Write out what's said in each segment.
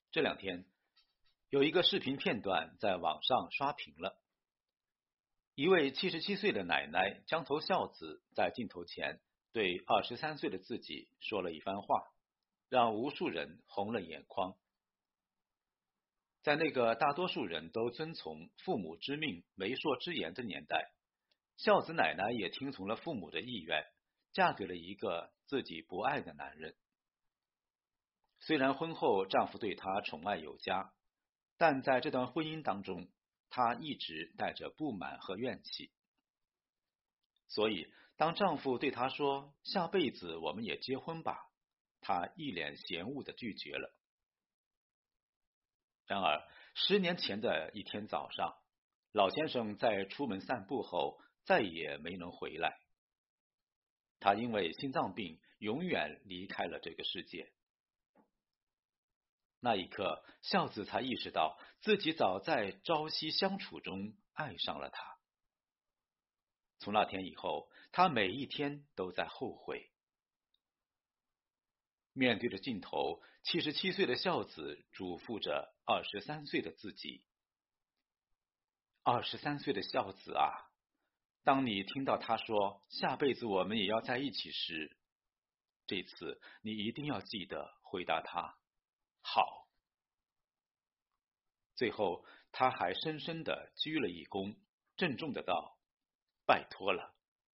这两天有一个视频片段在网上刷屏了，一位77岁的奶奶江头孝子在镜头前对23岁的自己说了一番话，让无数人红了眼眶。在那个大多数人都遵从父母之命、媒妁之言的年代，孝子奶奶也听从了父母的意愿，嫁给了一个自己不爱的男人。虽然婚后丈夫对她宠爱有加，但在这段婚姻当中，她一直带着不满和怨气。所以，当丈夫对她说下辈子我们也结婚吧，她一脸嫌恶地拒绝了。然而，10年前的一天早上，老先生在出门散步后再也没能回来。他因为心脏病永远离开了这个世界。那一刻，孝子才意识到自己早在朝夕相处中爱上了他。从那天以后，他每一天都在后悔。面对着镜头，77岁的孝子嘱咐着23岁的自己：“23岁的孝子啊，当你听到他说下辈子我们也要在一起时，这次你一定要记得回答他好。”最后，他还深深地鞠了一躬，郑重的道：“拜托了。”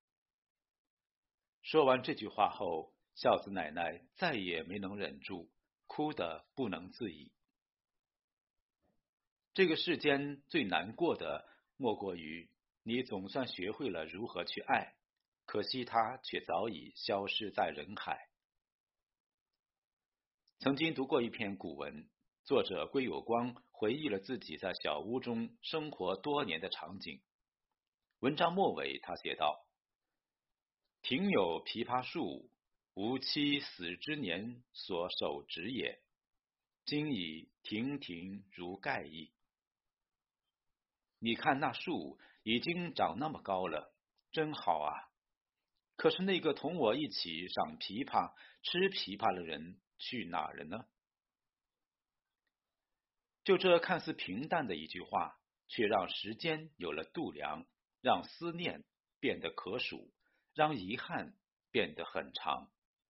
说完这句话后，孝子奶奶再也没能忍住，哭得不能自已。这个世间最难过的，莫过于你总算学会了如何去爱，可惜他却早已消失在人海。曾经读过一篇古文，作者归有光回忆了自己在小屋中生活多年的场景。文章末尾他写道：“庭有枇杷树，吾妻死之年所手植也，今已亭亭如盖矣。”你看那树已经长那么高了，真好啊！可是那个同我一起赏枇杷、吃枇杷的人去哪儿了呢？就这看似平淡的一句话，却让时间有了度量，让思念变得可数，让遗憾变得很长。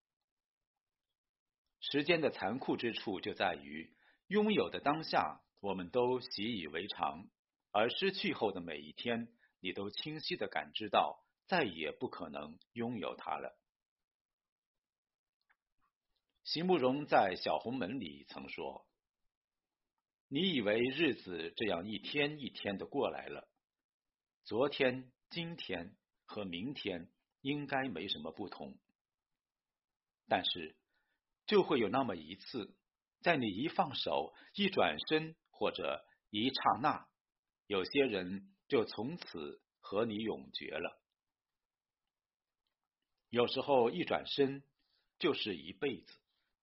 时间的残酷之处就在于，拥有的当下我们都习以为常，而失去后的每一天，你都清晰地感知到再也不可能拥有它了。席慕容在《小红门》里曾说：“你以为日子这样一天一天的过来了，昨天、今天和明天应该没什么不同，但是就会有那么一次，在你一放手、一转身或者一刹那，有些人就从此和你永绝了。有时候一转身就是一辈子。”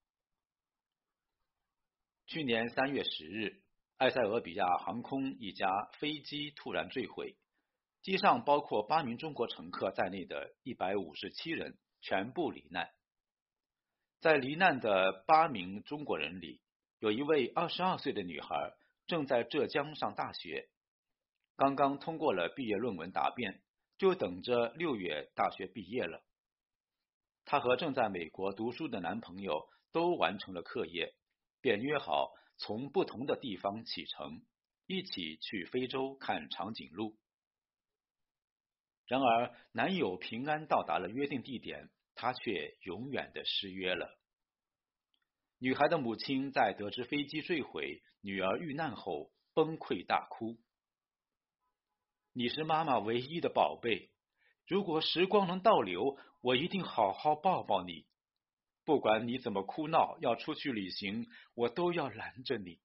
去年3月10日，埃塞俄比亚航空一家飞机突然坠毁，机上包括8名中国乘客在内的157人全部罹难。在罹难的8名中国人里，有一位22岁的女孩正在浙江上大学，刚刚通过了毕业论文答辩，就等着6月大学毕业了。她和正在美国读书的男朋友都完成了课业，便约好从不同的地方启程，一起去非洲看长颈鹿。然而，男友平安到达了约定地点，她却永远的失约了。女孩的母亲在得知飞机坠毁、女儿遇难后崩溃大哭：“你是妈妈唯一的宝贝，如果时光能倒流，我一定好好抱抱你。不管你怎么哭闹，要出去旅行，我都要拦着你。”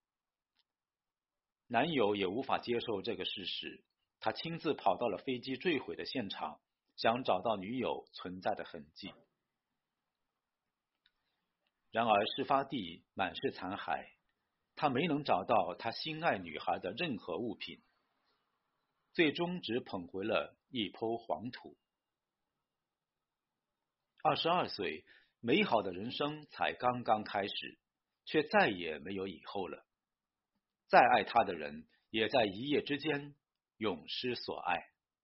男友也无法接受这个事实，他亲自跑到了飞机坠毁的现场，想找到女友存在的痕迹。然而事发地满是残骸，他没能找到他心爱女孩的任何物品，最终只捧回了一抔黄土。22岁，美好的人生才刚刚开始， 却再也没有以后了。再爱他的人，也在一夜之间永失所爱。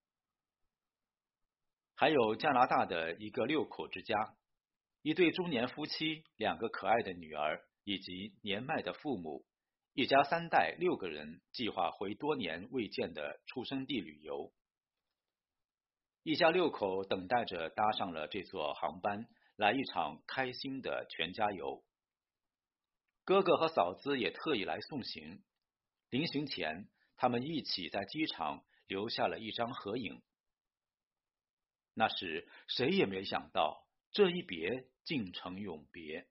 还有加拿大的一个6口之家，一对中年夫妻，2个可爱的女儿，以及年迈的父母，一家3代6个人计划回多年未见的出生地旅游。一家6口等待着搭上了这座航班，来一场开心的全家游。哥哥和嫂子也特意来送行，临行前，他们一起在机场留下了一张合影。那时谁也没想到，这一别竟成永别。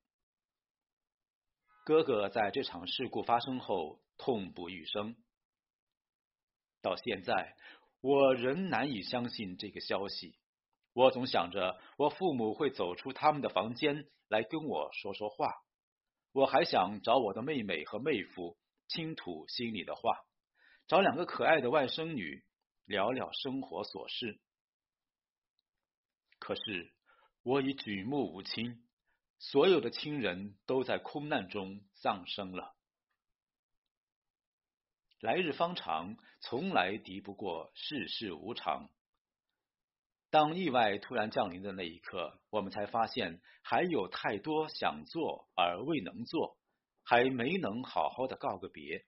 哥哥在这场事故发生后痛不欲生，到现在我仍难以相信这个消息。我总想着我父母会走出他们的房间来跟我说说话，我还想找我的妹妹和妹夫倾吐心里的话，找2个可爱的外甥女聊聊生活琐事。可是我已举目无亲，所有的亲人都在空难中丧生了。来日方长，从来敌不过世事无常。当意外突然降临的那一刻，我们才发现还有太多想做而未能做，还没能好好的告个别。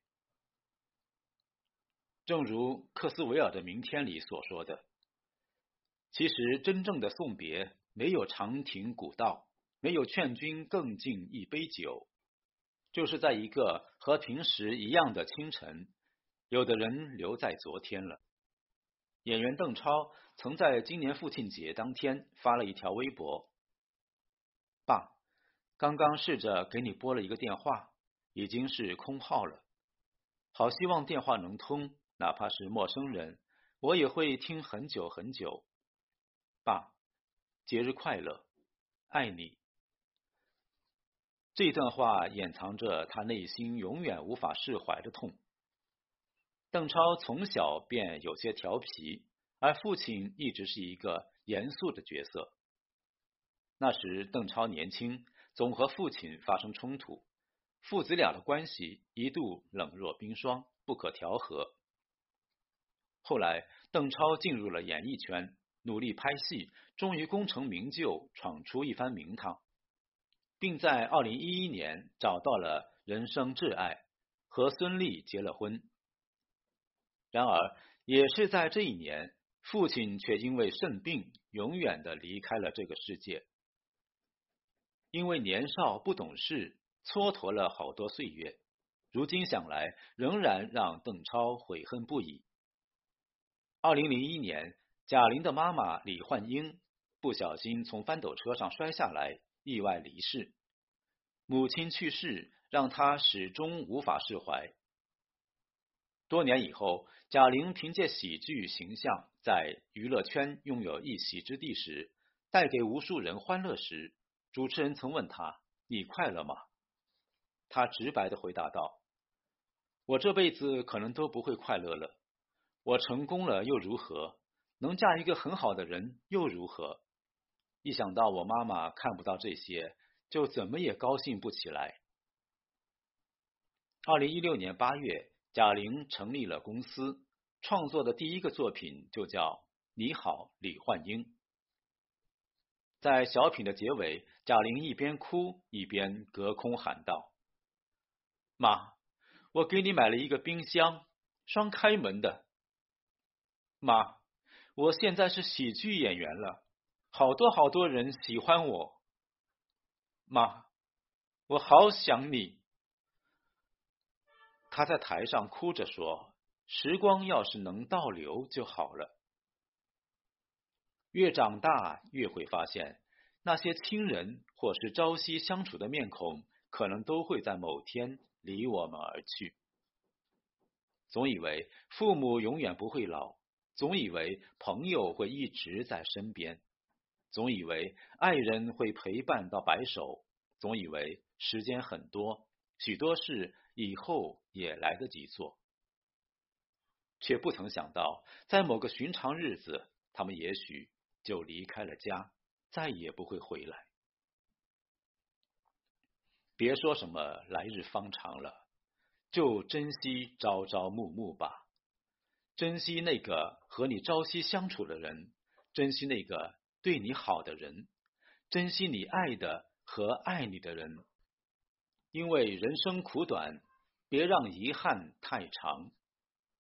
正如克斯维尔的《明天》里所说的，其实真正的送别，没有长亭古道，没有劝君更尽一杯酒，就是在一个和平时一样的清晨，有的人留在昨天了。演员邓超曾在今年父亲节当天发了一条微博：爸，刚刚试着给你拨了一个电话，已经是空号了。好希望电话能通，哪怕是陌生人，我也会听很久很久。爸，节日快乐，爱你。这段话掩藏着他内心永远无法释怀的痛。邓超从小便有些调皮，而父亲一直是一个严肃的角色。那时邓超年轻，总和父亲发生冲突，父子俩的关系一度冷若冰霜，不可调和。后来邓超进入了演艺圈，努力拍戏，终于功成名就，闯出一番名堂，并在2011年找到了人生挚爱，和孙俪结了婚。然而也是在这一年，父亲却因为肾病永远的离开了这个世界。因为年少不懂事，蹉跎了好多岁月，如今想来仍然让邓超悔恨不已。2001年，贾玲的妈妈李焕英不小心从翻斗车上摔下来，意外离世。母亲去世让她始终无法释怀。多年以后，贾玲凭借喜剧形象在娱乐圈拥有一席之地时，带给无数人欢乐时，主持人曾问她：“你快乐吗？”她直白地回答道：“我这辈子可能都不会快乐了。我成功了又如何？能嫁一个很好的人又如何？一想到我妈妈看不到这些，就怎么也高兴不起来。”2016年8月，贾玲成立了公司，创作的第一个作品就叫《你好，李焕英》。在小品的结尾，贾玲一边哭一边隔空喊道：“妈，我给你买了一个冰箱，双开门的。妈，我现在是喜剧演员了，好多好多人喜欢我。妈，我好想你。”他在台上哭着说：“时光要是能倒流就好了。”越长大越会发现，那些亲人或是朝夕相处的面孔，可能都会在某天离我们而去。总以为父母永远不会老，总以为朋友会一直在身边，总以为爱人会陪伴到白首，总以为时间很多，许多事以后也来得及做，却不曾想到，在某个寻常日子，他们也许就离开了家，再也不会回来。 别说什么来日方长了，就珍惜朝朝暮暮吧。珍惜那个和你朝夕相处的人，珍惜那个对你好的人，珍惜你爱的和爱你的人。因为人生苦短，别让遗憾太长。